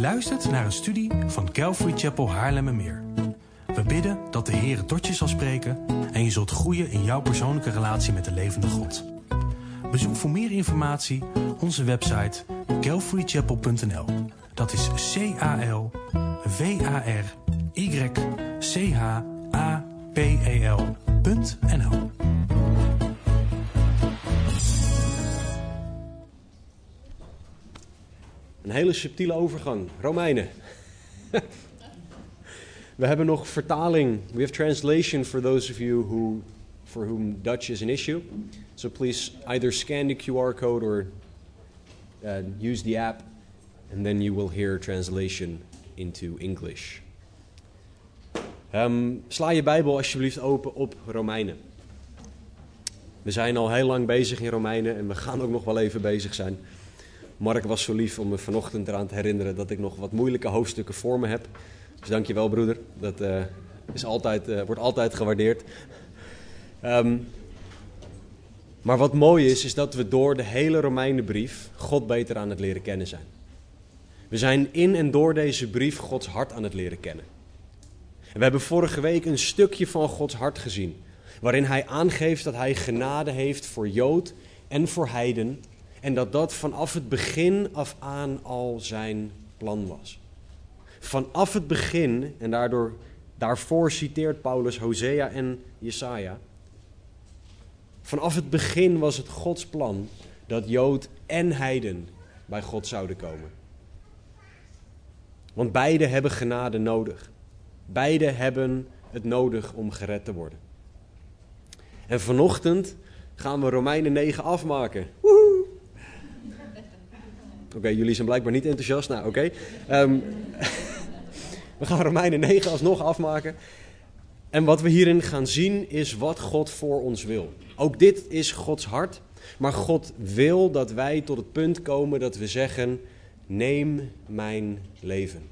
luistert naar een studie van Calvary Chapel Haarlemmermeer. We bidden dat de Heer tot je zal spreken en je zult groeien in jouw persoonlijke relatie met de levende God. Bezoek voor meer informatie onze website calvarychapel.nl. Dat is CALVARYCHAPEL.nl. Een hele subtiele overgang. Romeinen. We hebben nog vertaling. We have translation for those of you for whom Dutch is an issue. So please either scan the QR code or use the app, and then you will hear translation into English. Sla je Bijbel alsjeblieft open op Romeinen. We zijn al heel lang bezig in Romeinen en we gaan ook nog wel even bezig zijn. Mark was zo lief om me vanochtend eraan te herinneren dat ik nog wat moeilijke hoofdstukken voor me heb. Dus dankjewel broeder, dat wordt altijd gewaardeerd. Maar wat mooi is dat we door de hele Romeinenbrief God beter aan het leren kennen zijn. We zijn in en door deze brief Gods hart aan het leren kennen. En we hebben vorige week een stukje van Gods hart gezien, waarin hij aangeeft dat hij genade heeft voor Jood en voor heiden. En dat vanaf het begin af aan al zijn plan was. Vanaf het begin, en daarvoor citeert Paulus Hosea en Jesaja. Vanaf het begin was het Gods plan dat Jood en heiden bij God zouden komen. Want beide hebben genade nodig. Beide hebben het nodig om gered te worden. En vanochtend gaan we Romeinen 9 afmaken. Woehoe! Oké, jullie zijn blijkbaar niet enthousiast. Nou, oké. We gaan Romeinen 9 alsnog afmaken. En wat we hierin gaan zien is wat God voor ons wil. Ook dit is Gods hart. Maar God wil dat wij tot het punt komen dat we zeggen: neem mijn leven.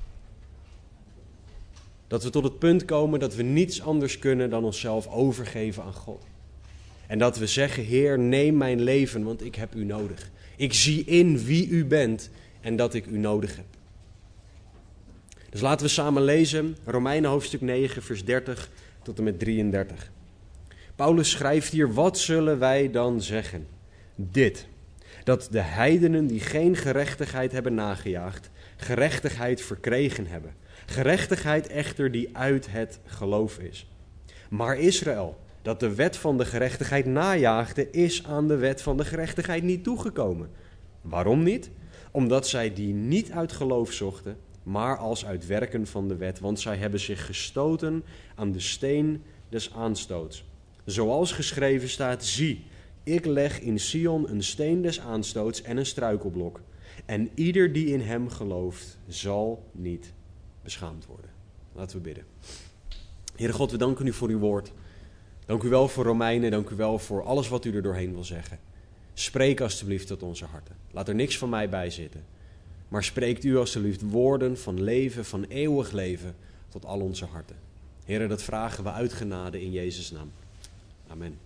Dat we tot het punt komen dat we niets anders kunnen dan onszelf overgeven aan God. En dat we zeggen: Heer, neem mijn leven, want ik heb u nodig. Ik zie in wie u bent en dat ik u nodig heb. Dus laten we samen lezen Romeinen hoofdstuk 9 vers 30 tot en met 33. Paulus schrijft hier: wat zullen wij dan zeggen? Dit, dat de heidenen die geen gerechtigheid hebben nagejaagd, gerechtigheid verkregen hebben. Gerechtigheid echter die uit het geloof is. Maar Israël, dat de wet van de gerechtigheid najaagde, is aan de wet van de gerechtigheid niet toegekomen. Waarom niet? Omdat zij die niet uit geloof zochten, maar als uit werken van de wet. Want zij hebben zich gestoten aan de steen des aanstoots. Zoals geschreven staat: zie, ik leg in Sion een steen des aanstoots en een struikelblok. En ieder die in hem gelooft, zal niet beschaamd worden. Laten we bidden. Heere God, we danken u voor uw woord. Dank u wel voor Romeinen, dank u wel voor alles wat u er doorheen wil zeggen. Spreek alstublieft tot onze harten. Laat er niks van mij bij zitten. Maar spreekt u alstublieft woorden van leven, van eeuwig leven, tot al onze harten. Heere, dat vragen we uit genade in Jezus' naam. Amen.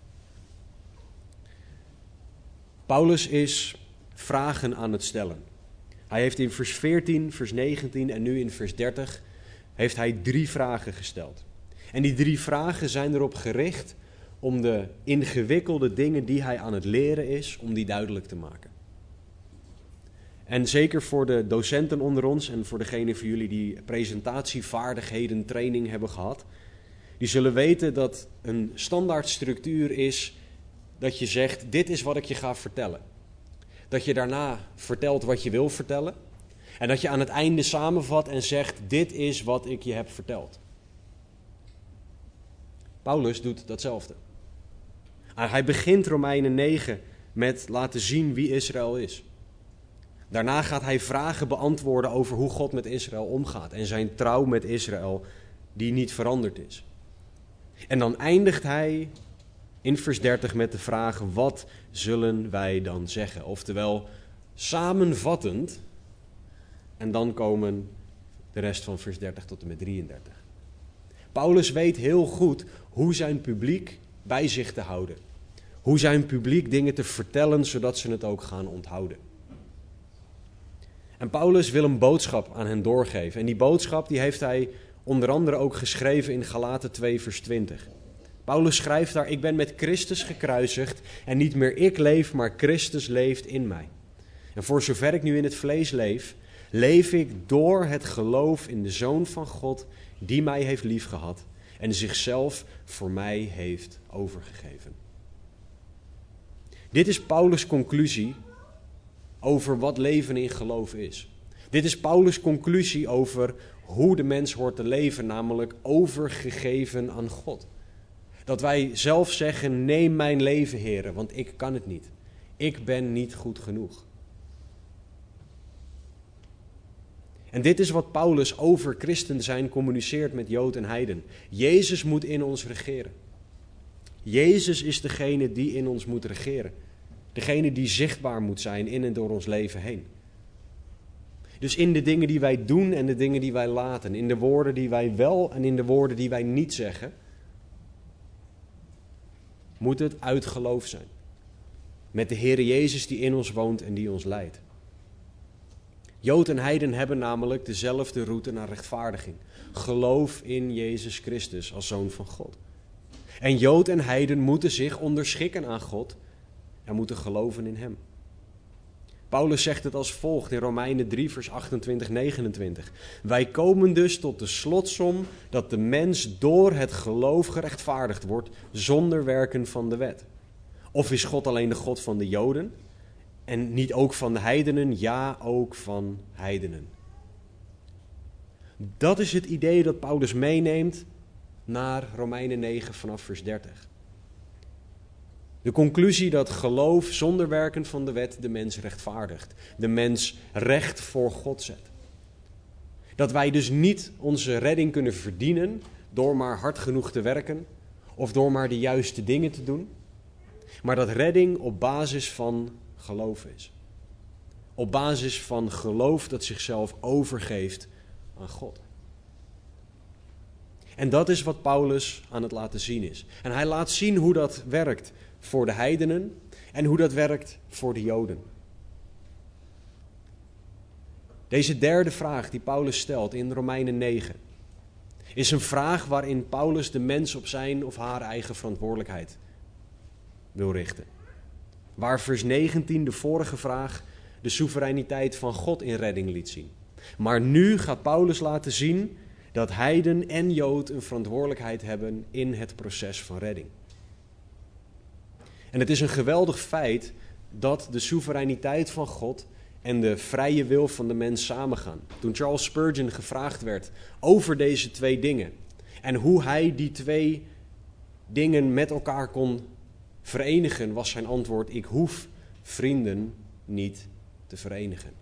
Paulus is vragen aan het stellen. Hij heeft in vers 14, vers 19 en nu in vers 30 heeft hij 3 vragen gesteld. En die 3 vragen zijn erop gericht om de ingewikkelde dingen die hij aan het leren is, om die duidelijk te maken. En zeker voor de docenten onder ons en voor degenen van jullie die presentatievaardigheden training hebben gehad, die zullen weten dat een standaard structuur is dat je zegt: dit is wat ik je ga vertellen. Dat je daarna vertelt wat je wil vertellen. En dat je aan het einde samenvat en zegt: dit is wat ik je heb verteld. Paulus doet datzelfde. Hij begint Romeinen 9 met laten zien wie Israël is. Daarna gaat hij vragen beantwoorden over hoe God met Israël omgaat. En zijn trouw met Israël die niet veranderd is. En dan eindigt hij in vers 30 met de vraag: wat zullen wij dan zeggen? Oftewel, samenvattend. En dan komen de rest van vers 30 tot en met 33. Paulus weet heel goed hoe zijn publiek bij zich te houden. Hoe zijn publiek dingen te vertellen, zodat ze het ook gaan onthouden. En Paulus wil een boodschap aan hen doorgeven. En die boodschap die heeft hij onder andere ook geschreven in Galaten 2 vers 20. Paulus schrijft daar: ik ben met Christus gekruisigd en niet meer ik leef, maar Christus leeft in mij. En voor zover ik nu in het vlees leef, leef ik door het geloof in de Zoon van God die mij heeft liefgehad en zichzelf voor mij heeft overgegeven. Dit is Paulus' conclusie over wat leven in geloof is. Dit is Paulus' conclusie over hoe de mens hoort te leven, namelijk overgegeven aan God. Dat wij zelf zeggen: neem mijn leven, Heere, want ik kan het niet. Ik ben niet goed genoeg. En dit is wat Paulus over christen zijn communiceert met Jood en heiden. Jezus moet in ons regeren. Jezus is degene die in ons moet regeren. Degene die zichtbaar moet zijn in en door ons leven heen. Dus in de dingen die wij doen en de dingen die wij laten. In de woorden die wij wel en in de woorden die wij niet zeggen. Moet het uit geloof zijn. Met de Heere Jezus die in ons woont en die ons leidt. Jood en heiden hebben namelijk dezelfde route naar rechtvaardiging. Geloof in Jezus Christus als Zoon van God. En Jood en heiden moeten zich onderschikken aan God en moeten geloven in Hem. Paulus zegt het als volgt in Romeinen 3 vers 28-29. Wij komen dus tot de slotsom dat de mens door het geloof gerechtvaardigd wordt zonder werken van de wet. Of is God alleen de God van de Joden en niet ook van de heidenen? Ja, ook van heidenen. Dat is het idee dat Paulus meeneemt naar Romeinen 9 vanaf vers 30. De conclusie dat geloof zonder werken van de wet de mens rechtvaardigt. De mens recht voor God zet. Dat wij dus niet onze redding kunnen verdienen door maar hard genoeg te werken of door maar de juiste dingen te doen. Maar dat redding op basis van geloof is. Op basis van geloof dat zichzelf overgeeft aan God. En dat is wat Paulus aan het laten zien is. En hij laat zien hoe dat werkt voor de heidenen en hoe dat werkt voor de Joden. Deze derde vraag die Paulus stelt in Romeinen 9 is een vraag waarin Paulus de mens op zijn of haar eigen verantwoordelijkheid wil richten. Waar vers 19 de vorige vraag de soevereiniteit van God in redding liet zien. Maar nu gaat Paulus laten zien dat heiden en Jood een verantwoordelijkheid hebben in het proces van redding. En het is een geweldig feit dat de soevereiniteit van God en de vrije wil van de mens samengaan. Toen Charles Spurgeon gevraagd werd over deze twee dingen en hoe hij die twee dingen met elkaar kon verenigen, was zijn antwoord: ik hoef vrienden niet te verenigen.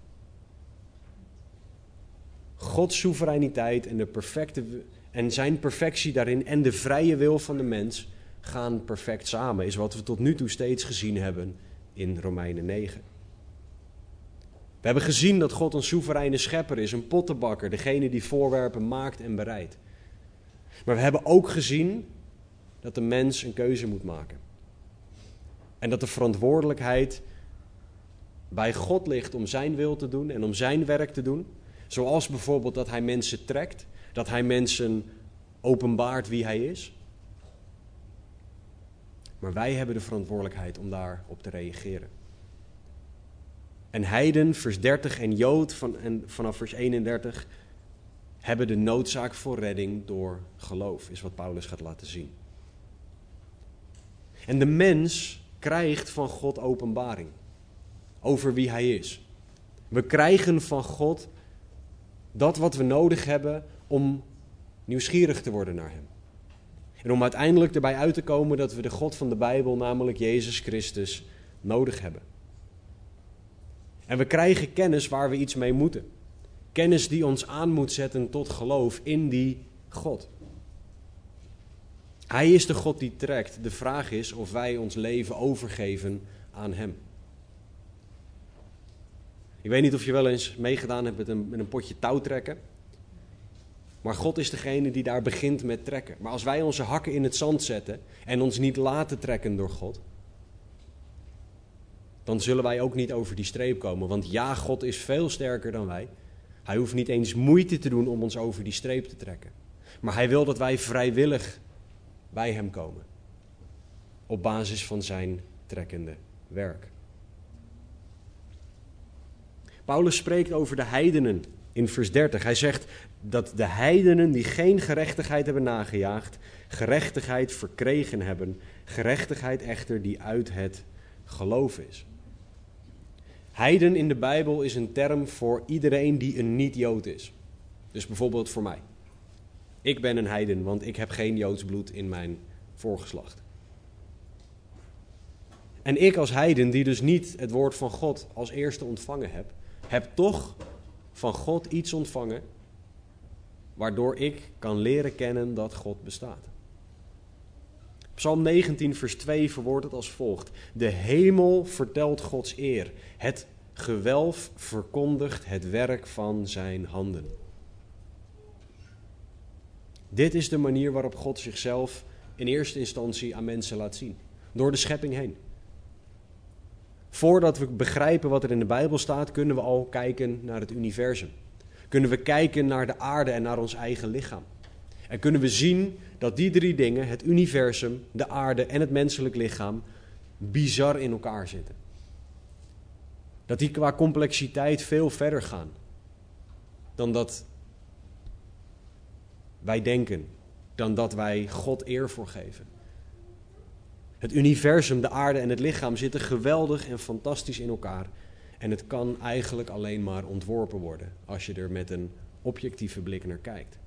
Gods soevereiniteit en zijn perfectie daarin en de vrije wil van de mens gaan perfect samen, is wat we tot nu toe steeds gezien hebben in Romeinen 9. We hebben gezien dat God een soevereine schepper is, een pottenbakker, degene die voorwerpen maakt en bereidt. Maar we hebben ook gezien dat de mens een keuze moet maken. En dat de verantwoordelijkheid bij God ligt om zijn wil te doen en om zijn werk te doen. Zoals bijvoorbeeld dat hij mensen trekt, dat hij mensen openbaart wie hij is. Maar wij hebben de verantwoordelijkheid om daarop te reageren. En heiden, vers 30, en Jood vanaf vers 31 hebben de noodzaak voor redding door geloof, is wat Paulus gaat laten zien. En de mens krijgt van God openbaring over wie hij is. We krijgen van God dat wat we nodig hebben om nieuwsgierig te worden naar hem. En om uiteindelijk erbij uit te komen dat we de God van de Bijbel, namelijk Jezus Christus, nodig hebben. En we krijgen kennis waar we iets mee moeten. Kennis die ons aan moet zetten tot geloof in die God. Hij is de God die trekt. De vraag is of wij ons leven overgeven aan hem. Ik weet niet of je wel eens meegedaan hebt met een potje touwtrekken. Maar God is degene die daar begint met trekken. Maar als wij onze hakken in het zand zetten en ons niet laten trekken door God, dan zullen wij ook niet over die streep komen. Want ja, God is veel sterker dan wij. Hij hoeft niet eens moeite te doen om ons over die streep te trekken. Maar hij wil dat wij vrijwillig bij hem komen. Op basis van zijn trekkende werk. Paulus spreekt over de heidenen in vers 30. Hij zegt dat de heidenen die geen gerechtigheid hebben nagejaagd, gerechtigheid verkregen hebben. Gerechtigheid echter die uit het geloof is. Heiden in de Bijbel is een term voor iedereen die een niet-Jood is. Dus bijvoorbeeld voor mij. Ik ben een heiden, want ik heb geen Joods bloed in mijn voorgeslacht. En ik als heiden, die dus niet het woord van God als eerste ontvangen heb toch van God iets ontvangen, waardoor ik kan leren kennen dat God bestaat. Psalm 19 vers 2 verwoordt het als volgt. De hemel vertelt Gods eer. Het gewelf verkondigt het werk van zijn handen. Dit is de manier waarop God zichzelf in eerste instantie aan mensen laat zien. Door de schepping heen. Voordat we begrijpen wat er in de Bijbel staat, kunnen we al kijken naar het universum. Kunnen we kijken naar de aarde en naar ons eigen lichaam. En kunnen we zien dat die drie dingen, het universum, de aarde en het menselijk lichaam, bizar in elkaar zitten. Dat die qua complexiteit veel verder gaan dan dat wij denken, dan dat wij God eer voor geven. Het universum, de aarde en het lichaam zitten geweldig en fantastisch in elkaar. En het kan eigenlijk alleen maar ontworpen worden als je er met een objectieve blik naar kijkt.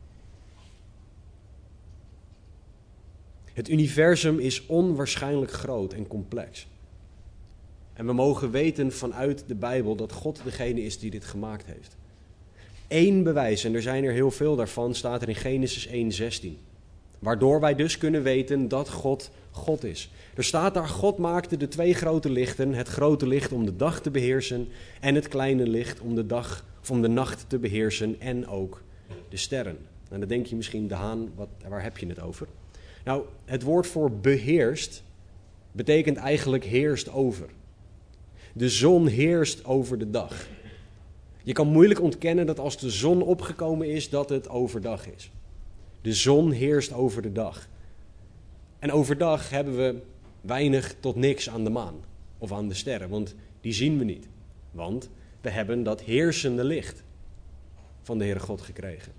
Het universum is onwaarschijnlijk groot en complex. En we mogen weten vanuit de Bijbel dat God degene is die dit gemaakt heeft. Eén bewijs, en er zijn er heel veel daarvan, staat er in Genesis 1:16. Waardoor wij dus kunnen weten dat God God is. Er staat daar, God maakte de twee grote lichten, het grote licht om de dag te beheersen en het kleine licht om de nacht te beheersen en ook de sterren. En dan denk je misschien, de haan, waar heb je het over? Nou, het woord voor beheerst betekent eigenlijk heerst over. De zon heerst over de dag. Je kan moeilijk ontkennen dat als de zon opgekomen is, dat het overdag is. De zon heerst over de dag. En overdag hebben we weinig tot niks aan de maan of aan de sterren, want die zien we niet. Want we hebben dat heersende licht van de Heere God gekregen.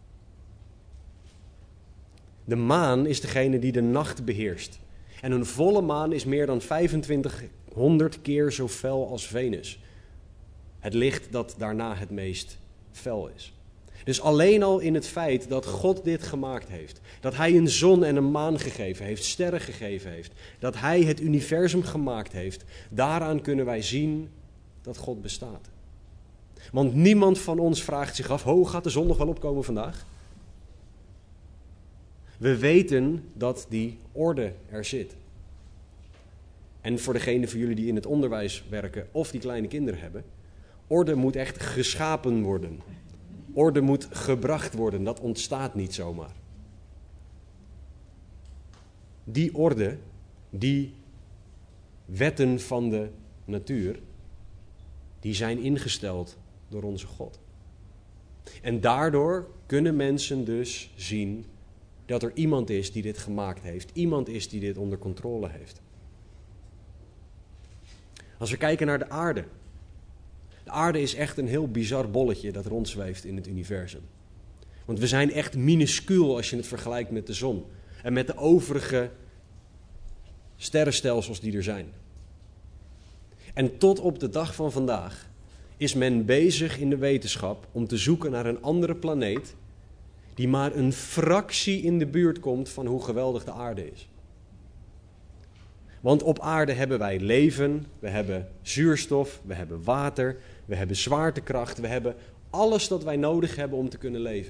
De maan is degene die de nacht beheerst. En een volle maan is meer dan 2500 keer zo fel als Venus. Het licht dat daarna het meest fel is. Dus alleen al in het feit dat God dit gemaakt heeft, dat hij een zon en een maan gegeven heeft, sterren gegeven heeft, dat hij het universum gemaakt heeft, daaraan kunnen wij zien dat God bestaat. Want niemand van ons vraagt zich af, gaat de zon nog wel opkomen vandaag? We weten dat die orde er zit. En voor degenen van jullie die in het onderwijs werken of die kleine kinderen hebben, orde moet echt geschapen worden. Orde moet gebracht worden, dat ontstaat niet zomaar. Die orde, die wetten van de natuur, die zijn ingesteld door onze God. En daardoor kunnen mensen dus zien dat er iemand is die dit gemaakt heeft. Iemand is die dit onder controle heeft. Als we kijken naar de aarde. De aarde is echt een heel bizar bolletje dat rondzweeft in het universum. Want we zijn echt minuscuul als je het vergelijkt met de zon. En met de overige sterrenstelsels die er zijn. En tot op de dag van vandaag is men bezig in de wetenschap om te zoeken naar een andere planeet die maar een fractie in de buurt komt van hoe geweldig de aarde is. Want op aarde hebben wij leven, we hebben zuurstof, we hebben water, we hebben zwaartekracht, we hebben alles dat wij nodig hebben om te kunnen leven.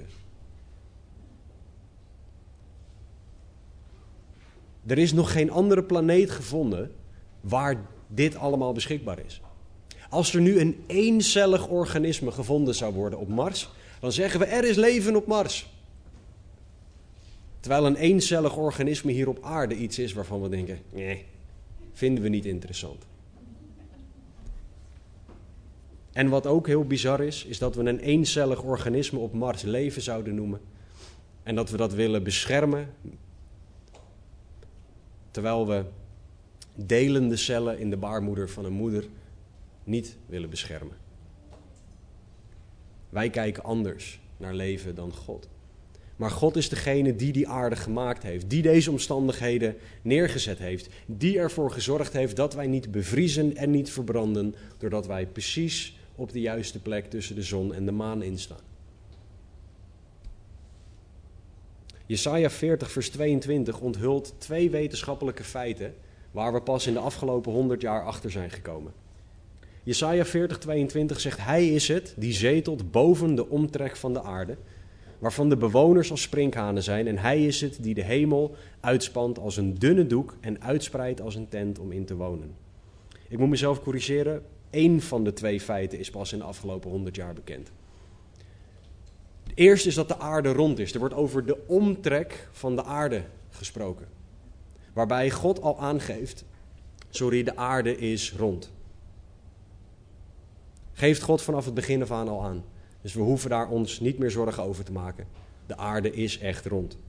Er is nog geen andere planeet gevonden waar dit allemaal beschikbaar is. Als er nu een eencellig organisme gevonden zou worden op Mars, dan zeggen we er is leven op Mars. Terwijl een eencellig organisme hier op aarde iets is waarvan we denken, nee, vinden we niet interessant. En wat ook heel bizar is dat we een eencellig organisme op Mars leven zouden noemen. En dat we dat willen beschermen, terwijl we delende cellen in de baarmoeder van een moeder niet willen beschermen. Wij kijken anders naar leven dan God. Maar God is degene die aarde gemaakt heeft, die deze omstandigheden neergezet heeft, die ervoor gezorgd heeft dat wij niet bevriezen en niet verbranden, doordat wij precies op de juiste plek tussen de zon en de maan instaan. Jesaja 40 vers 22 onthult 2 wetenschappelijke feiten waar we pas in de afgelopen 100 jaar achter zijn gekomen. Jesaja 40:22 zegt: Hij is het die zetelt boven de omtrek van de aarde, waarvan de bewoners als sprinkhanen zijn. En hij is het die de hemel uitspant als een dunne doek en uitspreidt als een tent om in te wonen. Ik moet mezelf corrigeren. 1 van de 2 feiten is pas in de afgelopen 100 jaar bekend. Het eerste is dat de aarde rond is. Er wordt over de omtrek van de aarde gesproken. Waarbij God al aangeeft, de aarde is rond. Geeft God vanaf het begin af aan al aan. Dus we hoeven daar ons niet meer zorgen over te maken. De aarde is echt rond.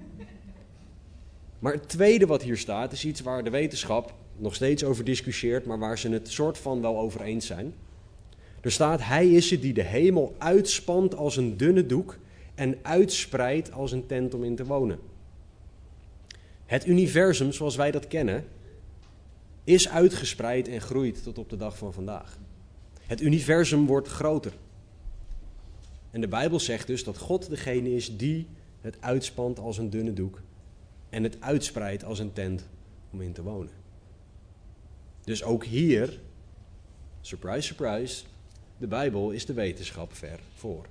Maar het tweede wat hier staat is iets waar de wetenschap nog steeds over discussieert, maar waar ze het soort van wel over eens zijn. Er staat: Hij is het die de hemel uitspant als een dunne doek en uitspreidt als een tent om in te wonen. Het universum zoals wij dat kennen is uitgespreid en groeit tot op de dag van vandaag. Het universum wordt groter. En de Bijbel zegt dus dat God degene is die het uitspant als een dunne doek en het uitspreidt als een tent om in te wonen. Dus ook hier, surprise, surprise, de Bijbel is de wetenschap ver voor.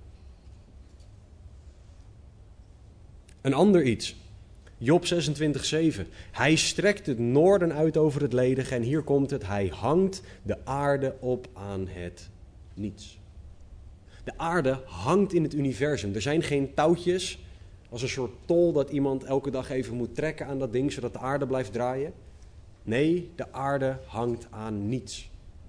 Een ander iets. Job 26:7. Hij strekt het noorden uit over het ledige en hier komt het. Hij hangt de aarde op aan het niets. De aarde hangt in het universum. Er zijn geen touwtjes als een soort tol dat iemand elke dag even moet trekken aan dat ding zodat de aarde blijft draaien. Nee, de aarde hangt aan niets.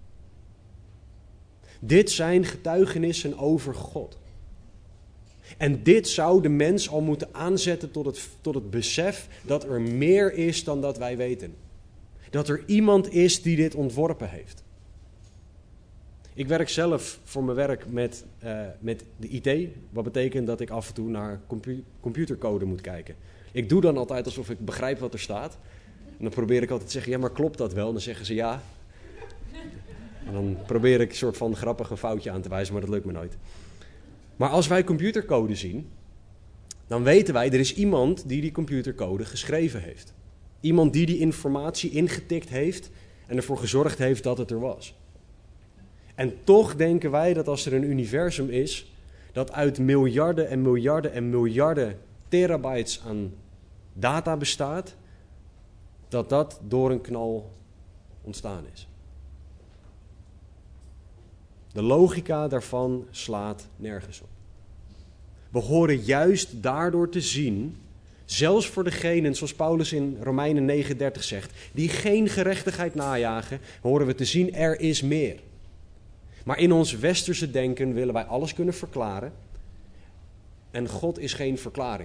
Dit zijn getuigenissen over God. En dit zou de mens al moeten aanzetten tot het besef dat er meer is dan dat wij weten. Dat er iemand is die dit ontworpen heeft. Ik werk zelf voor mijn werk met de IT. Wat betekent dat ik af en toe naar computercode moet kijken. Ik doe dan altijd alsof ik begrijp wat er staat. En dan probeer ik altijd te zeggen, ja, maar klopt dat wel? En dan zeggen ze ja. En dan probeer ik een soort van grappig een foutje aan te wijzen, maar dat lukt me nooit. Maar als wij computercode zien, dan weten wij, er is iemand die computercode geschreven heeft. Iemand die informatie ingetikt heeft en ervoor gezorgd heeft dat het er was. En toch denken wij dat als er een universum is, dat uit miljarden en miljarden en miljarden terabytes aan data bestaat, dat door een knal ontstaan is. De logica daarvan slaat nergens op. We horen juist daardoor te zien, zelfs voor degenen, zoals Paulus in Romeinen 9:30 zegt, die geen gerechtigheid najagen, horen we te zien, er is meer. Maar in ons westerse denken willen wij alles kunnen verklaren. En God is geen verklaring.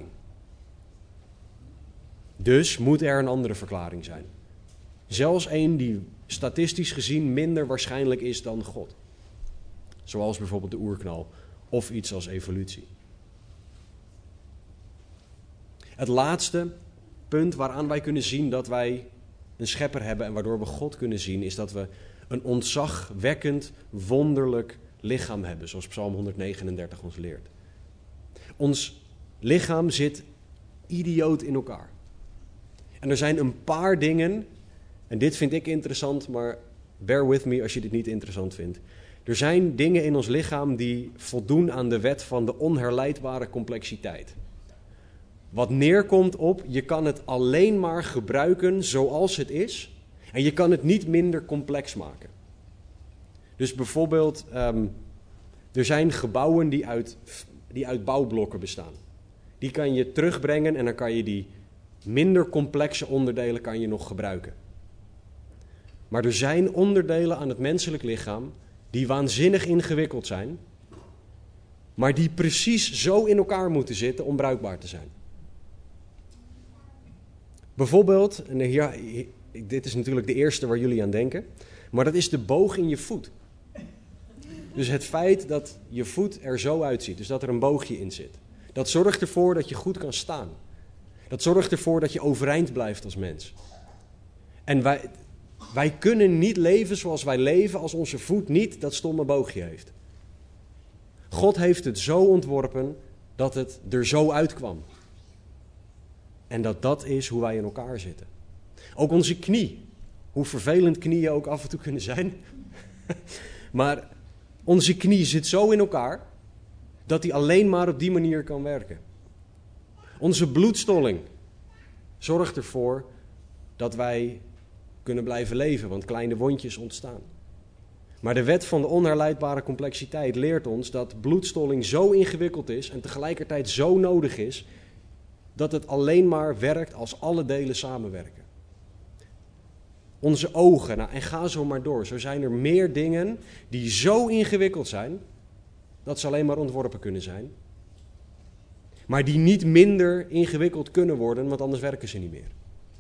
Dus moet er een andere verklaring zijn. Zelfs een die statistisch gezien minder waarschijnlijk is dan God. Zoals bijvoorbeeld de oerknal of iets als evolutie. Het laatste punt waaraan wij kunnen zien dat wij een schepper hebben en waardoor we God kunnen zien, is dat we een ontzagwekkend, wonderlijk lichaam hebben, zoals Psalm 139 ons leert. Ons lichaam zit idioot in elkaar. En er zijn een paar dingen, en dit vind ik interessant, maar bear with me als je dit niet interessant vindt. Er zijn dingen in ons lichaam die voldoen aan de wet van de onherleidbare complexiteit. Wat neerkomt op, je kan het alleen maar gebruiken zoals het is. En je kan het niet minder complex maken. Dus bijvoorbeeld, er zijn gebouwen die uit bouwblokken bestaan. Die kan je terugbrengen en dan kan je die minder complexe onderdelen nog gebruiken. Maar er zijn onderdelen aan het menselijk lichaam die waanzinnig ingewikkeld zijn, maar die precies zo in elkaar moeten zitten om bruikbaar te zijn. Bijvoorbeeld, en dit is natuurlijk de eerste waar jullie aan denken, maar dat is de boog in je voet. Dus het feit dat je voet er zo uitziet, dus dat er een boogje in zit, dat zorgt ervoor dat je goed kan staan. Dat zorgt ervoor dat je overeind blijft als mens. En wij kunnen niet leven zoals wij leven als onze voet niet dat stomme boogje heeft. God heeft het zo ontworpen dat het er zo uitkwam. En dat is hoe wij in elkaar zitten. Ook onze knie. Hoe vervelend knieën ook af en toe kunnen zijn. Maar onze knie zit zo in elkaar dat die alleen maar op die manier kan werken. Onze bloedstolling zorgt ervoor dat wij kunnen blijven leven, want kleine wondjes ontstaan. Maar de wet van de onherleidbare complexiteit leert ons dat bloedstolling zo ingewikkeld is en tegelijkertijd zo nodig is, dat het alleen maar werkt als alle delen samenwerken. Onze ogen, en ga zo maar door. Zo zijn er meer dingen die zo ingewikkeld zijn, dat ze alleen maar ontworpen kunnen zijn. Maar die niet minder ingewikkeld kunnen worden, want anders werken ze niet meer.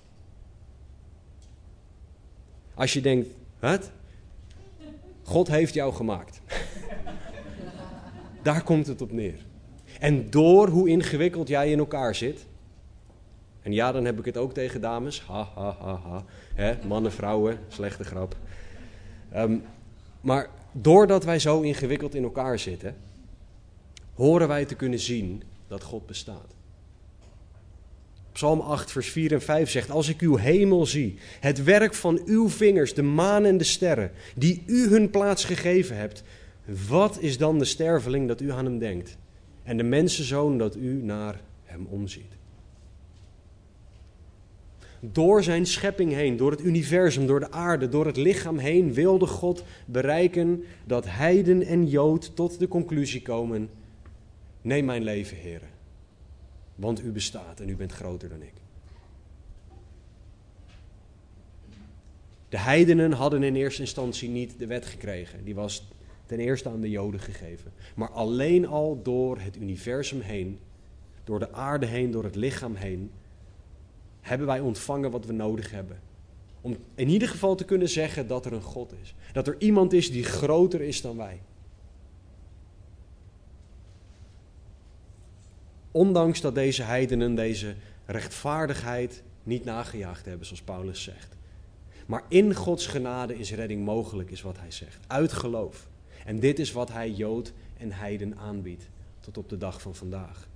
Als je denkt, wat? God heeft jou gemaakt. Daar komt het op neer. En door hoe ingewikkeld jij in elkaar zit. En ja, dan heb ik het ook tegen dames. Ha, ha, ha, ha. Mannen, vrouwen, slechte grap. Maar doordat wij zo ingewikkeld in elkaar zitten, horen wij te kunnen zien dat God bestaat. Psalm 8, vers 4 en 5 zegt: als ik uw hemel zie, het werk van uw vingers, de maan en de sterren, die u hun plaats gegeven hebt, wat is dan de sterveling dat u aan hem denkt? En de mensenzoon dat u naar hem omziet. Door zijn schepping heen, door het universum, door de aarde, door het lichaam heen, wilde God bereiken dat heiden en jood tot de conclusie komen: neem mijn leven, Heere, want u bestaat en u bent groter dan ik. De heidenen hadden in eerste instantie niet de wet gekregen. Die was ten eerste aan de Joden gegeven. Maar alleen al door het universum heen, door de aarde heen, door het lichaam heen, hebben wij ontvangen wat we nodig hebben. Om in ieder geval te kunnen zeggen dat er een God is. Dat er iemand is die groter is dan wij. Ondanks dat deze heidenen deze rechtvaardigheid niet nagejaagd hebben, zoals Paulus zegt. Maar in Gods genade is redding mogelijk, is wat hij zegt. Uit geloof. En dit is wat hij Jood en heiden aanbiedt tot op de dag van vandaag.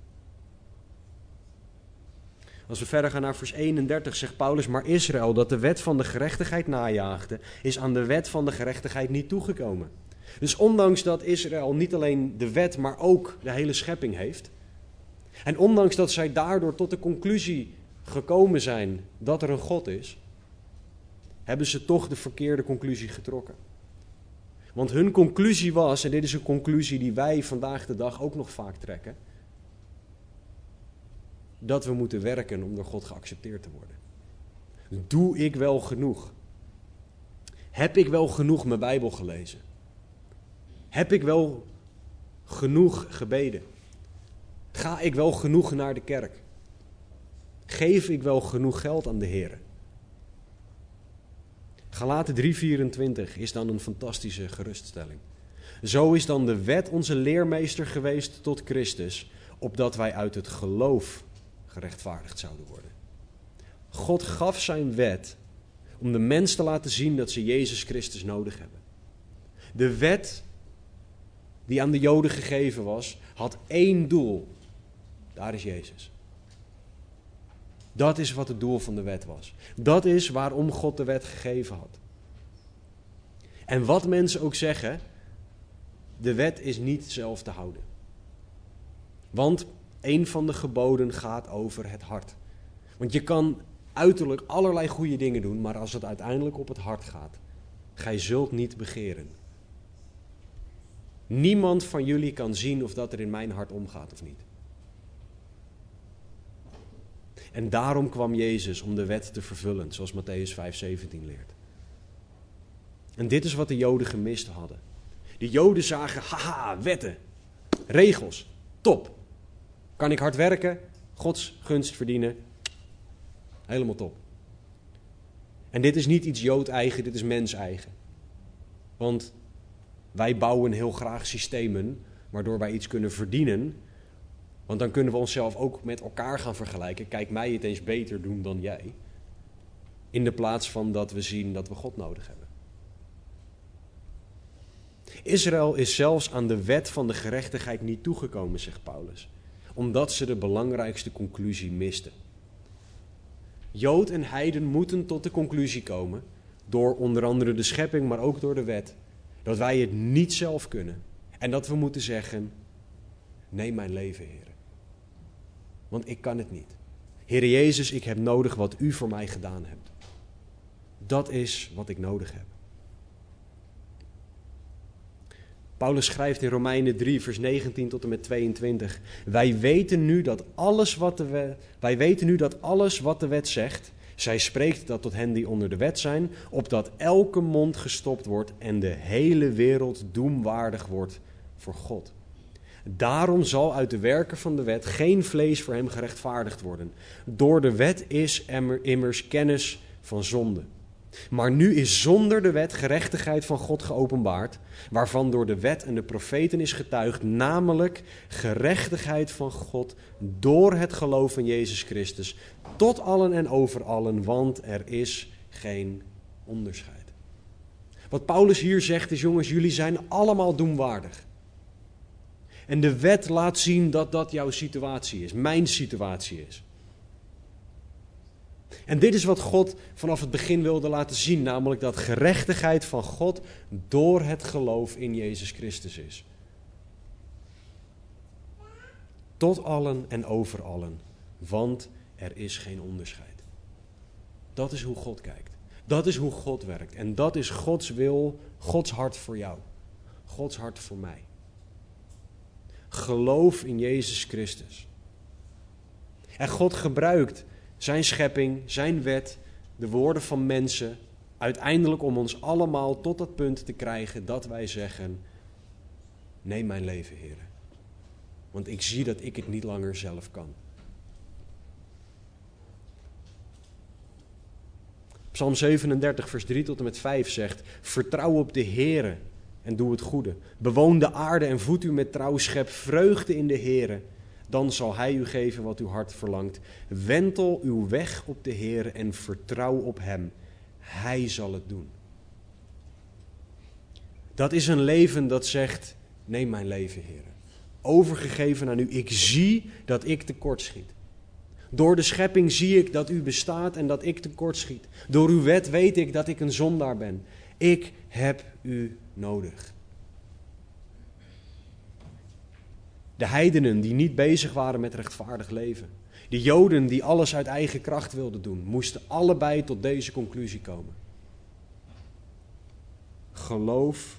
Als we verder gaan naar vers 31 zegt Paulus: maar Israël, dat de wet van de gerechtigheid najaagde, is aan de wet van de gerechtigheid niet toegekomen. Dus ondanks dat Israël niet alleen de wet, maar ook de hele schepping heeft, en ondanks dat zij daardoor tot de conclusie gekomen zijn dat er een God is, hebben ze toch de verkeerde conclusie getrokken. Want hun conclusie was, en dit is een conclusie die wij vandaag de dag ook nog vaak trekken, dat we moeten werken om door God geaccepteerd te worden. Doe ik wel genoeg? Heb ik wel genoeg mijn Bijbel gelezen? Heb ik wel genoeg gebeden? Ga ik wel genoeg naar de kerk? Geef ik wel genoeg geld aan de Heer? Galaten 3:24 is dan een fantastische geruststelling. Zo is dan de wet onze leermeester geweest tot Christus, opdat wij uit het geloof gerechtvaardigd zouden worden. God gaf zijn wet om de mens te laten zien dat ze Jezus Christus nodig hebben. De wet die aan de Joden gegeven was, had één doel. Daar is Jezus. Dat is wat het doel van de wet was. Dat is waarom God de wet gegeven had. En wat mensen ook zeggen, de wet is niet zelf te houden. Want een van de geboden gaat over het hart. Want je kan uiterlijk allerlei goede dingen doen, maar als het uiteindelijk op het hart gaat, gij zult niet begeren. Niemand van jullie kan zien of dat er in mijn hart omgaat of niet. En daarom kwam Jezus om de wet te vervullen, zoals Mattheüs 5:17 leert. En dit is wat de Joden gemist hadden. De Joden zagen, haha, wetten, regels, top. Kan ik hard werken, Gods gunst verdienen, helemaal top. En dit is niet iets Jood-eigen, dit is mens-eigen. Want wij bouwen heel graag systemen waardoor wij iets kunnen verdienen. Want dan kunnen we onszelf ook met elkaar gaan vergelijken. Kijk, mij het eens beter doen dan jij. In de plaats van dat we zien dat we God nodig hebben. Israël is zelfs aan de wet van de gerechtigheid niet toegekomen, zegt Paulus. Omdat ze de belangrijkste conclusie misten. Jood en heiden moeten tot de conclusie komen, door onder andere de schepping, maar ook door de wet, dat wij het niet zelf kunnen. En dat we moeten zeggen, neem mijn leven, Heer. Want ik kan het niet. Heer Jezus, ik heb nodig wat u voor mij gedaan hebt. Dat is wat ik nodig heb. Paulus schrijft in Romeinen 3, vers 19 tot en met 22. Wij weten nu dat alles wat de wet zegt, zij spreekt dat tot hen die onder de wet zijn, opdat elke mond gestopt wordt en de hele wereld doemwaardig wordt voor God. Daarom zal uit de werken van de wet geen vlees voor hem gerechtvaardigd worden. Door de wet is immers kennis van zonde. Maar nu is zonder de wet gerechtigheid van God geopenbaard, waarvan door de wet en de profeten is getuigd, namelijk gerechtigheid van God door het geloof in Jezus Christus, tot allen en over allen, want er is geen onderscheid. Wat Paulus hier zegt is, jongens, jullie zijn allemaal doemwaardig. En de wet laat zien dat dat jouw situatie is, mijn situatie is. En dit is wat God vanaf het begin wilde laten zien, namelijk dat gerechtigheid van God door het geloof in Jezus Christus is. Tot allen en over allen, want er is geen onderscheid. Dat is hoe God kijkt. Dat is hoe God werkt. En dat is Gods wil, Gods hart voor jou. Gods hart voor mij. Geloof in Jezus Christus. En God gebruikt zijn schepping, zijn wet, de woorden van mensen, uiteindelijk om ons allemaal tot dat punt te krijgen dat wij zeggen, neem mijn leven, Heer. Want ik zie dat ik het niet langer zelf kan. Psalm 37, vers 3 tot en met 5 zegt, vertrouw op de Heere en doe het goede. Bewoon de aarde en voed u met trouw, schep vreugde in de Heere. Dan zal hij u geven wat uw hart verlangt. Wentel uw weg op de Heere en vertrouw op hem. Hij zal het doen. Dat is een leven dat zegt, neem mijn leven, Heere. Overgegeven aan u. Ik zie dat ik tekortschiet. Door de schepping zie ik dat u bestaat en dat ik tekortschiet. Door uw wet weet ik dat ik een zondaar ben. Ik heb u nodig. De heidenen die niet bezig waren met rechtvaardig leven. De Joden die alles uit eigen kracht wilden doen, moesten allebei tot deze conclusie komen. Geloof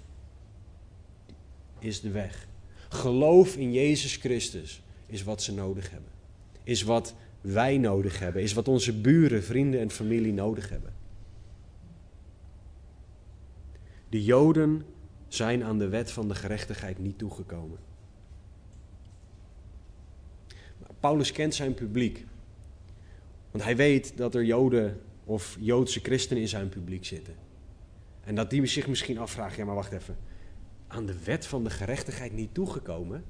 is de weg. Geloof in Jezus Christus is wat ze nodig hebben. Is wat wij nodig hebben. Is wat onze buren, vrienden en familie nodig hebben. De Joden zijn aan de wet van de gerechtigheid niet toegekomen. Paulus kent zijn publiek. Want hij weet dat er Joden of Joodse christenen in zijn publiek zitten. En dat die zich misschien afvragen, ja maar wacht even. Aan de wet van de gerechtigheid niet toegekomen?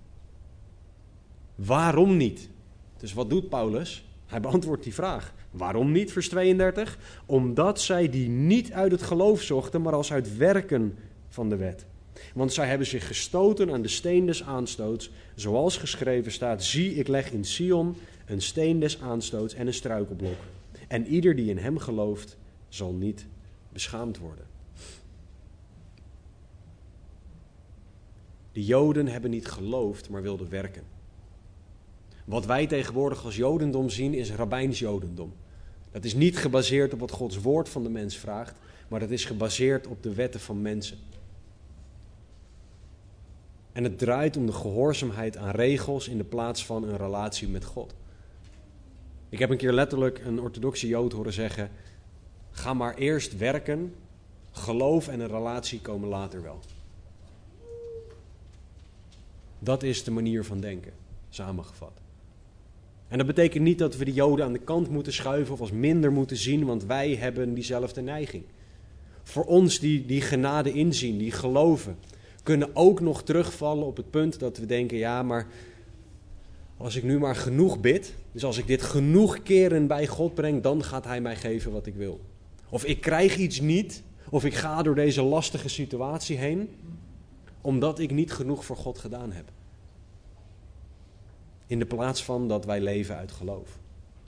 Waarom niet? Dus wat doet Paulus? Hij beantwoordt die vraag. Waarom niet, vers 32? Omdat zij die niet uit het geloof zochten, maar als uit werken van de wet. Want zij hebben zich gestoten aan de steen des aanstoots, zoals geschreven staat, zie, ik leg in Sion een steen des aanstoots en een struikelblok. En ieder die in hem gelooft, zal niet beschaamd worden. De Joden hebben niet geloofd, maar wilden werken. Wat wij tegenwoordig als Jodendom zien, is rabbijns Jodendom. Dat is niet gebaseerd op wat Gods woord van de mens vraagt, maar dat is gebaseerd op de wetten van mensen. En het draait om de gehoorzaamheid aan regels in de plaats van een relatie met God. Ik heb een keer letterlijk een orthodoxe Jood horen zeggen, ga maar eerst werken, geloof en een relatie komen later wel. Dat is de manier van denken, samengevat. En dat betekent niet dat we de Joden aan de kant moeten schuiven of als minder moeten zien, want wij hebben diezelfde neiging. Voor ons die genade inzien, die geloven, kunnen ook nog terugvallen op het punt dat we denken, ja, maar als ik nu maar genoeg bid, dus als ik dit genoeg keren bij God breng, dan gaat Hij mij geven wat ik wil. Of ik krijg iets niet, of ik ga door deze lastige situatie heen, omdat ik niet genoeg voor God gedaan heb. In de plaats van dat wij leven uit geloof.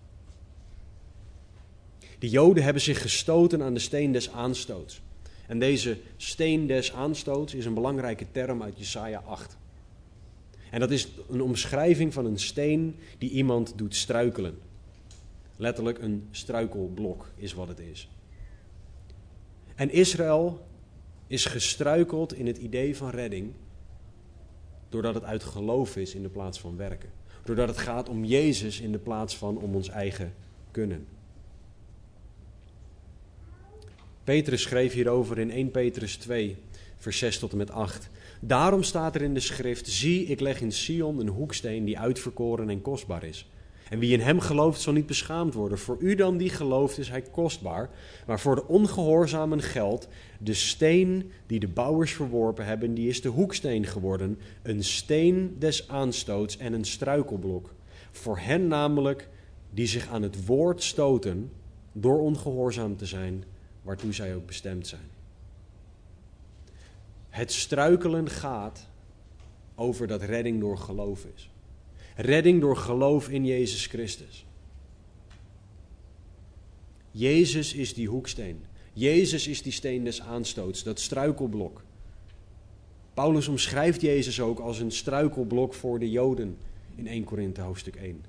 De Joden hebben zich gestoten aan de steen des aanstoots. En deze steen des aanstoots is een belangrijke term uit Jesaja 8. En dat is een omschrijving van een steen die iemand doet struikelen. Letterlijk een struikelblok is wat het is. En Israël is gestruikeld in het idee van redding, doordat het uit geloof is in de plaats van werken. Doordat het gaat om Jezus in de plaats van om ons eigen kunnen. Petrus schreef hierover in 1 Petrus 2, vers 6 tot en met 8. Daarom staat er in de schrift, zie, ik leg in Sion een hoeksteen die uitverkoren en kostbaar is. En wie in hem gelooft zal niet beschaamd worden. Voor u dan die gelooft is hij kostbaar. Maar voor de ongehoorzamen geldt, de steen die de bouwers verworpen hebben, die is de hoeksteen geworden. Een steen des aanstoots en een struikelblok. Voor hen namelijk die zich aan het woord stoten door ongehoorzaam te zijn, waartoe zij ook bestemd zijn. Het struikelen gaat over dat redding door geloof is. Redding door geloof in Jezus Christus. Jezus is die hoeksteen. Jezus is die steen des aanstoots, dat struikelblok. Paulus omschrijft Jezus ook als een struikelblok voor de Joden in 1 Korinthe hoofdstuk 1.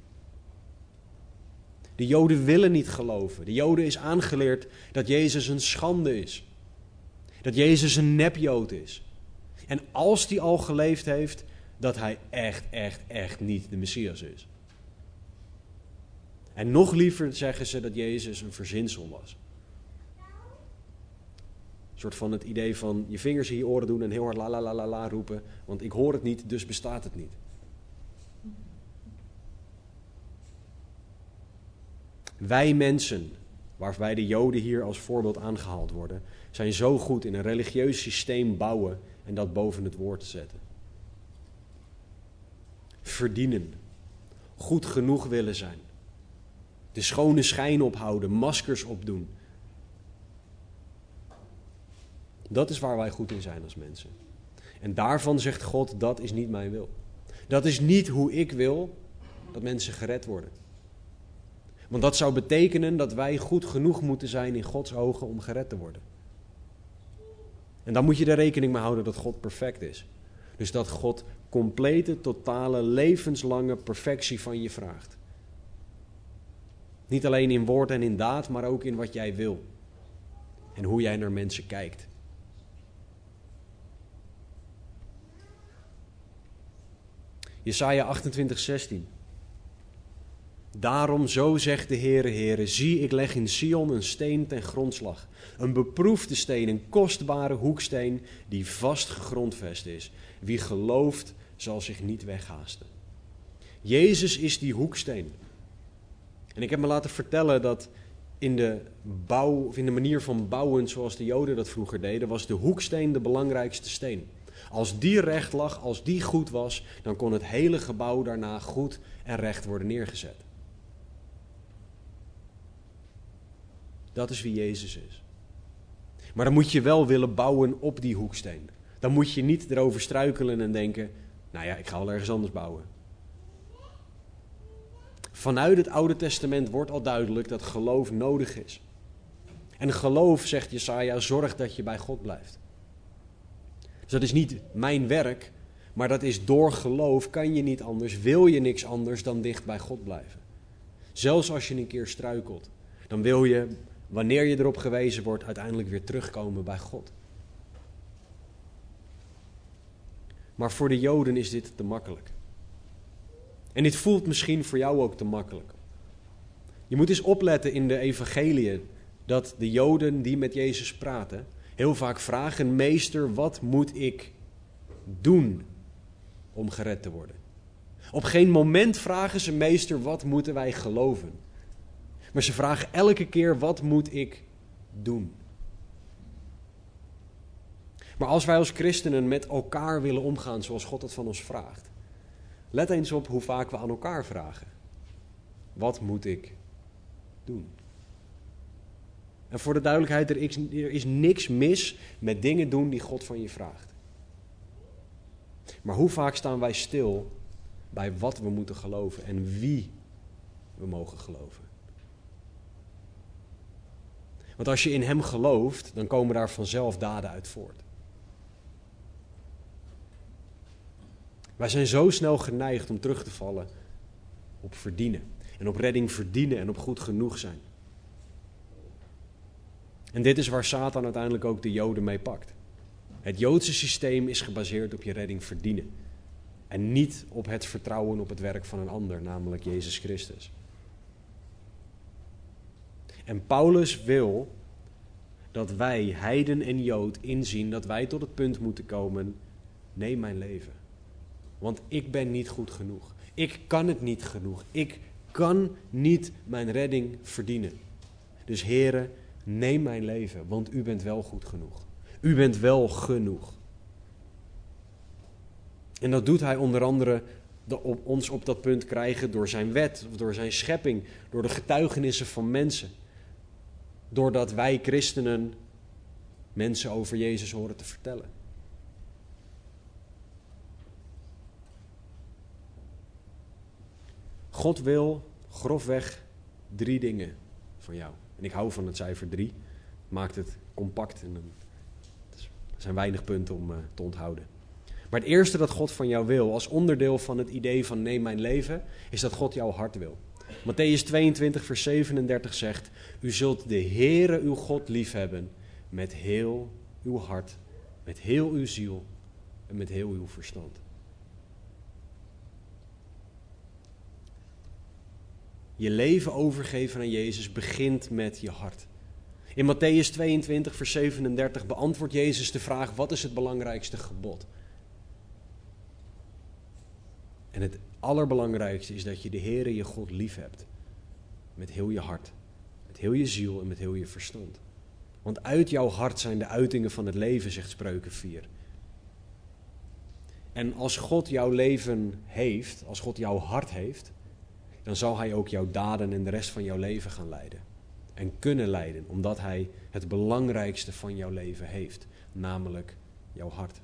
De Joden willen niet geloven. De Joden is aangeleerd dat Jezus een schande is. Dat Jezus een nepjood is. En als die al geleefd heeft, dat hij echt niet de Messias is. En nog liever zeggen ze dat Jezus een verzinsel was. Een soort van het idee van je vingers in je oren doen en heel hard la la la la la roepen, want ik hoor het niet, dus bestaat het niet. Wij mensen, waarbij de Joden hier als voorbeeld aangehaald worden, zijn zo goed in een religieus systeem bouwen en dat boven het woord zetten. Verdienen, goed genoeg willen zijn, de schone schijn ophouden, maskers opdoen. Dat is waar wij goed in zijn als mensen. En daarvan zegt God, dat is niet mijn wil. Dat is niet hoe ik wil dat mensen gered worden. Want dat zou betekenen dat wij goed genoeg moeten zijn in Gods ogen om gered te worden. En dan moet je er rekening mee houden dat God perfect is. Dus dat God complete, totale, levenslange perfectie van je vraagt. Niet alleen in woord en in daad, maar ook in wat jij wil. En hoe jij naar mensen kijkt. Jesaja 28:16. Daarom zo zegt de Heere, zie, ik leg in Sion een steen ten grondslag. Een beproefde steen, een kostbare hoeksteen die vast gegrondvest is. Wie gelooft zal zich niet weghaasten. Jezus is die hoeksteen. En ik heb me laten vertellen dat in de manier van bouwen zoals de Joden dat vroeger deden, was de hoeksteen de belangrijkste steen. Als die recht lag, als die goed was, dan kon het hele gebouw daarna goed en recht worden neergezet. Dat is wie Jezus is. Maar dan moet je wel willen bouwen op die hoeksteen. Dan moet je niet erover struikelen en denken, nou ja, ik ga wel ergens anders bouwen. Vanuit het Oude Testament wordt al duidelijk dat geloof nodig is. En geloof, zegt Jesaja, zorgt dat je bij God blijft. Dus dat is niet mijn werk, maar dat is door geloof kan je niet anders, wil je niks anders dan dicht bij God blijven. Zelfs als je een keer struikelt, dan wil je, wanneer je erop gewezen wordt, uiteindelijk weer terugkomen bij God. Maar voor de Joden is dit te makkelijk. En dit voelt misschien voor jou ook te makkelijk. Je moet eens opletten in de evangeliën dat de Joden die met Jezus praten heel vaak vragen, meester, wat moet ik doen om gered te worden. Op geen moment vragen ze, meester, wat moeten wij geloven? Maar ze vragen elke keer, wat moet ik doen? Maar als wij als christenen met elkaar willen omgaan zoals God dat van ons vraagt, let eens op hoe vaak we aan elkaar vragen. Wat moet ik doen? En voor de duidelijkheid, er is niks mis met dingen doen die God van je vraagt. Maar hoe vaak staan wij stil bij wat we moeten geloven en wie we mogen geloven? Want als je in hem gelooft, dan komen daar vanzelf daden uit voort. Wij zijn zo snel geneigd om terug te vallen op verdienen. En op redding verdienen en op goed genoeg zijn. En dit is waar Satan uiteindelijk ook de Joden mee pakt. Het Joodse systeem is gebaseerd op je redding verdienen. En niet op het vertrouwen op het werk van een ander, namelijk Jezus Christus. En Paulus wil dat wij, heiden en Jood, inzien dat wij tot het punt moeten komen, neem mijn leven. Want ik ben niet goed genoeg. Ik kan het niet genoeg. Ik kan niet mijn redding verdienen. Dus Heere, neem mijn leven, want u bent wel goed genoeg. U bent wel genoeg. En dat doet hij onder andere ons op dat punt krijgen door zijn wet, of door zijn schepping, door de getuigenissen van mensen. Doordat wij christenen mensen over Jezus horen te vertellen. God wil grofweg 3 dingen van jou. En ik hou van het cijfer 3. Maakt het compact. En er zijn weinig punten om te onthouden. Maar het eerste dat God van jou wil, als onderdeel van het idee van neem mijn leven, is dat God jouw hart wil. Mattheüs 22 vers 37 zegt, u zult de Heere uw God liefhebben met heel uw hart, met heel uw ziel en met heel uw verstand. Je leven overgeven aan Jezus begint met je hart. In Mattheüs 22 vers 37 beantwoordt Jezus de vraag, wat is het belangrijkste gebod? En het allerbelangrijkste is dat je de Heere je God lief hebt. Met heel je hart, met heel je ziel en met heel je verstand. Want uit jouw hart zijn de uitingen van het leven, zegt Spreuken 4. En als God jouw leven heeft, als God jouw hart heeft, dan zal hij ook jouw daden en de rest van jouw leven gaan leiden. En kunnen leiden, omdat hij het belangrijkste van jouw leven heeft, namelijk jouw hart.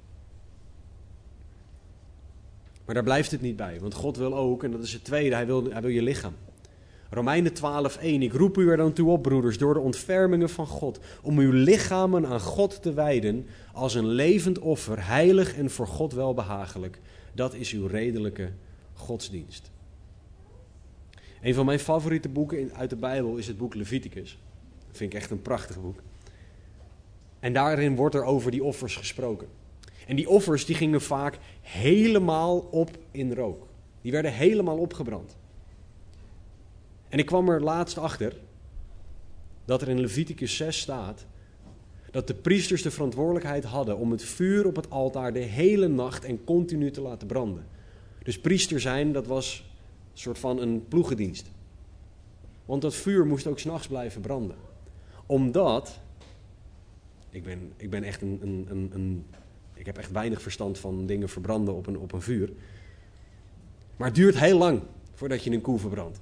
Maar daar blijft het niet bij, want God wil ook, en dat is het tweede, hij wil je lichaam. Romeinen 12:1, ik roep u er dan toe op, broeders, door de ontfermingen van God, om uw lichamen aan God te wijden als een levend offer, heilig en voor God welbehagelijk. Dat is uw redelijke godsdienst. Een van mijn favoriete boeken uit de Bijbel is het boek Leviticus. Dat vind ik echt een prachtig boek. En daarin wordt er over die offers gesproken. En die offers die gingen vaak helemaal op in rook. Die werden helemaal opgebrand. En ik kwam er laatst achter dat er in Leviticus 6 staat dat de priesters de verantwoordelijkheid hadden om het vuur op het altaar de hele nacht en continu te laten branden. Dus priester zijn, dat was een soort van een ploegendienst. Want dat vuur moest ook 's nachts blijven branden. Omdat, ik ben echt ik heb echt weinig verstand van dingen verbranden op een vuur. Maar het duurt heel lang voordat je een koe verbrandt.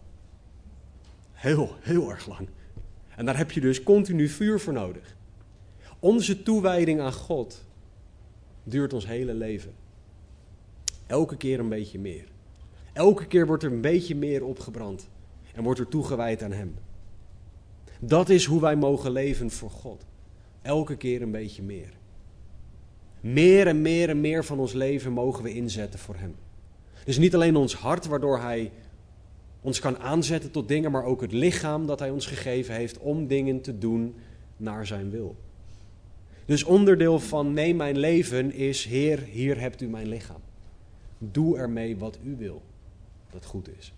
Heel erg lang. En daar heb je dus continu vuur voor nodig. Onze toewijding aan God duurt ons hele leven. Elke keer een beetje meer. Elke keer wordt er een beetje meer opgebrand. En wordt er toegewijd aan hem. Dat is hoe wij mogen leven voor God. Elke keer een beetje meer. Meer en meer en meer van ons leven mogen we inzetten voor hem. Dus niet alleen ons hart, waardoor hij ons kan aanzetten tot dingen, maar ook het lichaam dat hij ons gegeven heeft om dingen te doen naar zijn wil. Dus onderdeel van neem mijn leven is, Heer, hier hebt u mijn lichaam. Doe ermee wat u wil, dat goed is.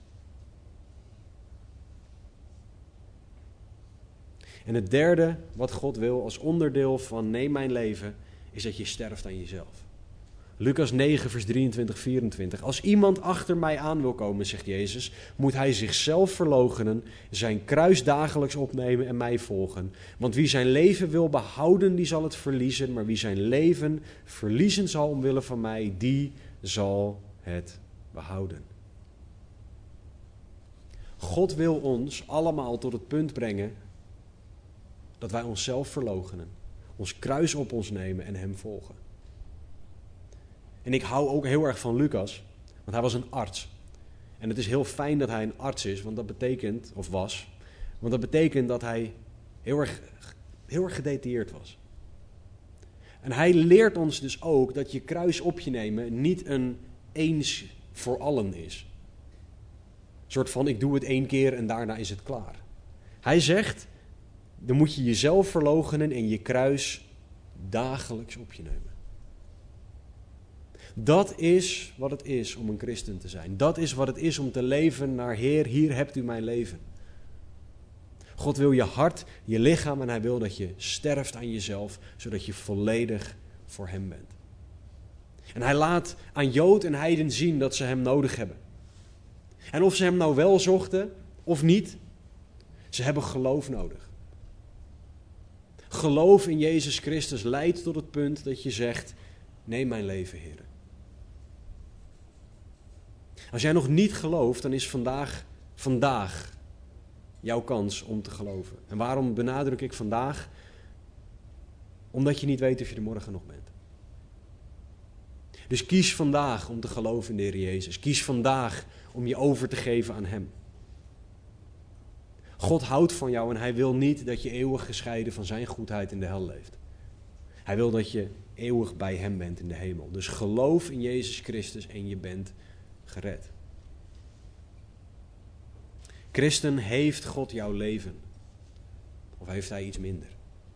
En het derde wat God wil als onderdeel van neem mijn leven, is dat je sterft aan jezelf. Lucas 9, vers 23, 24. Als iemand achter mij aan wil komen, zegt Jezus, moet hij zichzelf verloochenen, zijn kruis dagelijks opnemen en mij volgen. Want wie zijn leven wil behouden, die zal het verliezen. Maar wie zijn leven verliezen zal omwille van mij, die zal het behouden. God wil ons allemaal tot het punt brengen dat wij onszelf verloochenen, ons kruis op ons nemen en hem volgen. En ik hou ook heel erg van Lucas, want hij was een arts. En het is heel fijn dat hij een arts is, want dat betekent dat hij heel erg gedetailleerd was. En hij leert ons dus ook dat je kruis op je nemen niet een eens voor allen is. Een soort van, ik doe het 1 keer en daarna is het klaar. Hij zegt, dan moet je jezelf verloochenen en je kruis dagelijks op je nemen. Dat is wat het is om een christen te zijn. Dat is wat het is om te leven naar Heer, hier hebt u mijn leven. God wil je hart, je lichaam en hij wil dat je sterft aan jezelf, zodat je volledig voor hem bent. En hij laat aan Jood en heiden zien dat ze hem nodig hebben. En of ze hem nou wel zochten of niet, ze hebben geloof nodig. Geloof in Jezus Christus leidt tot het punt dat je zegt, neem mijn leven, Heer. Als jij nog niet gelooft, dan is vandaag jouw kans om te geloven. En waarom benadruk ik vandaag? Omdat je niet weet of je er morgen nog bent. Dus kies vandaag om te geloven in de Heer Jezus. Kies vandaag om je over te geven aan hem. God houdt van jou en hij wil niet dat je eeuwig gescheiden van zijn goedheid in de hel leeft. Hij wil dat je eeuwig bij hem bent in de hemel. Dus geloof in Jezus Christus en je bent gered. Christen, heeft God jouw leven? Of heeft hij iets minder?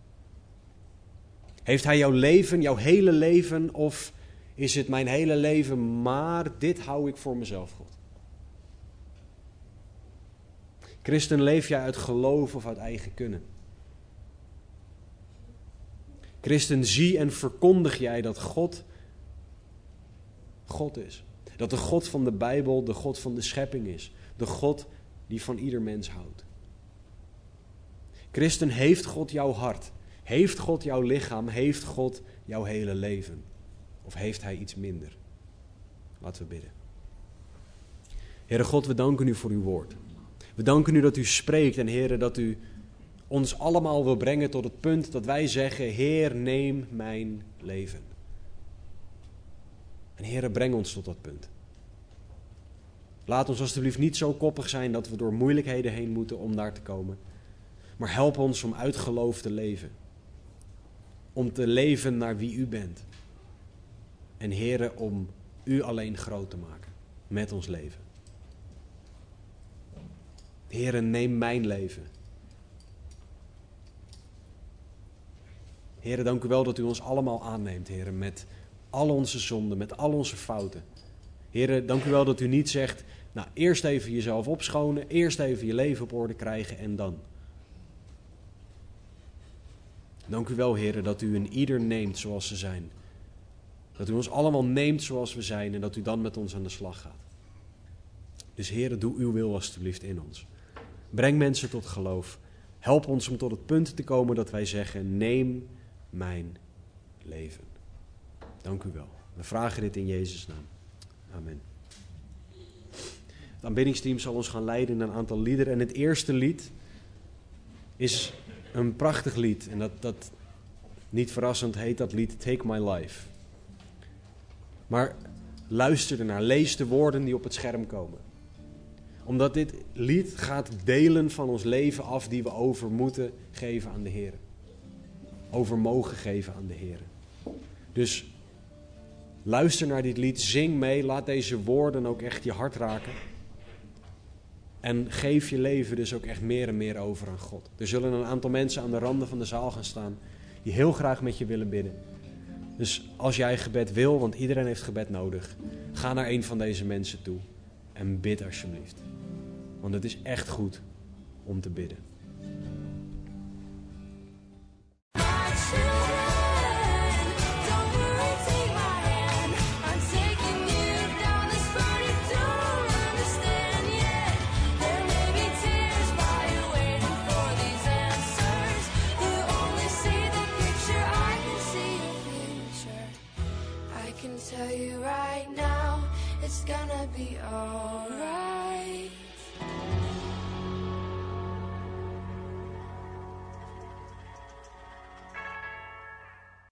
Heeft hij jouw leven, jouw hele leven? Of is het mijn hele leven, maar dit hou ik voor mezelf, God? Christen, leef jij uit geloof of uit eigen kunnen? Christen, zie en verkondig jij dat God is. Dat de God van de Bijbel de God van de schepping is. De God die van ieder mens houdt. Christen, heeft God jouw hart? Heeft God jouw lichaam? Heeft God jouw hele leven? Of heeft hij iets minder? Laten we bidden. Heere God, we danken u voor uw woord. We danken u dat u spreekt en Heere dat u ons allemaal wil brengen tot het punt dat wij zeggen, Heer, neem mijn leven. En Heere, breng ons tot dat punt. Laat ons alstublieft niet zo koppig zijn dat we door moeilijkheden heen moeten om daar te komen. Maar help ons om uit geloof te leven. Om te leven naar wie u bent. En Heere, om u alleen groot te maken met ons leven. Heere, neem mijn leven. Heere, dank u wel dat u ons allemaal aanneemt, Heere, met al onze zonden, met al onze fouten. Heere, dank u wel dat u niet zegt, nou, eerst even jezelf opschonen, eerst even je leven op orde krijgen en dan. Dank u wel, Heere, dat u een ieder neemt zoals ze zijn. Dat u ons allemaal neemt zoals we zijn en dat u dan met ons aan de slag gaat. Dus Heere, doe uw wil alstublieft in ons. Breng mensen tot geloof. Help ons om tot het punt te komen dat wij zeggen, neem mijn leven. Dank u wel. We vragen dit in Jezus' naam. Amen. Het aanbiddingsteam zal ons gaan leiden in een aantal liederen. En het eerste lied is een prachtig lied. En dat niet verrassend heet dat lied Take My Life. Maar luister ernaar. Lees de woorden die op het scherm komen. Omdat dit lied gaat delen van ons leven af die we over moeten geven aan de Heer. Over mogen geven aan de Heer. Dus luister naar dit lied, zing mee, laat deze woorden ook echt je hart raken. En geef je leven dus ook echt meer en meer over aan God. Er zullen een aantal mensen aan de randen van de zaal gaan staan die heel graag met je willen bidden. Dus als jij gebed wil, want iedereen heeft gebed nodig, ga naar een van deze mensen toe en bid alsjeblieft. Want het is echt goed om te bidden. can tell you right now, it's gonna be alright.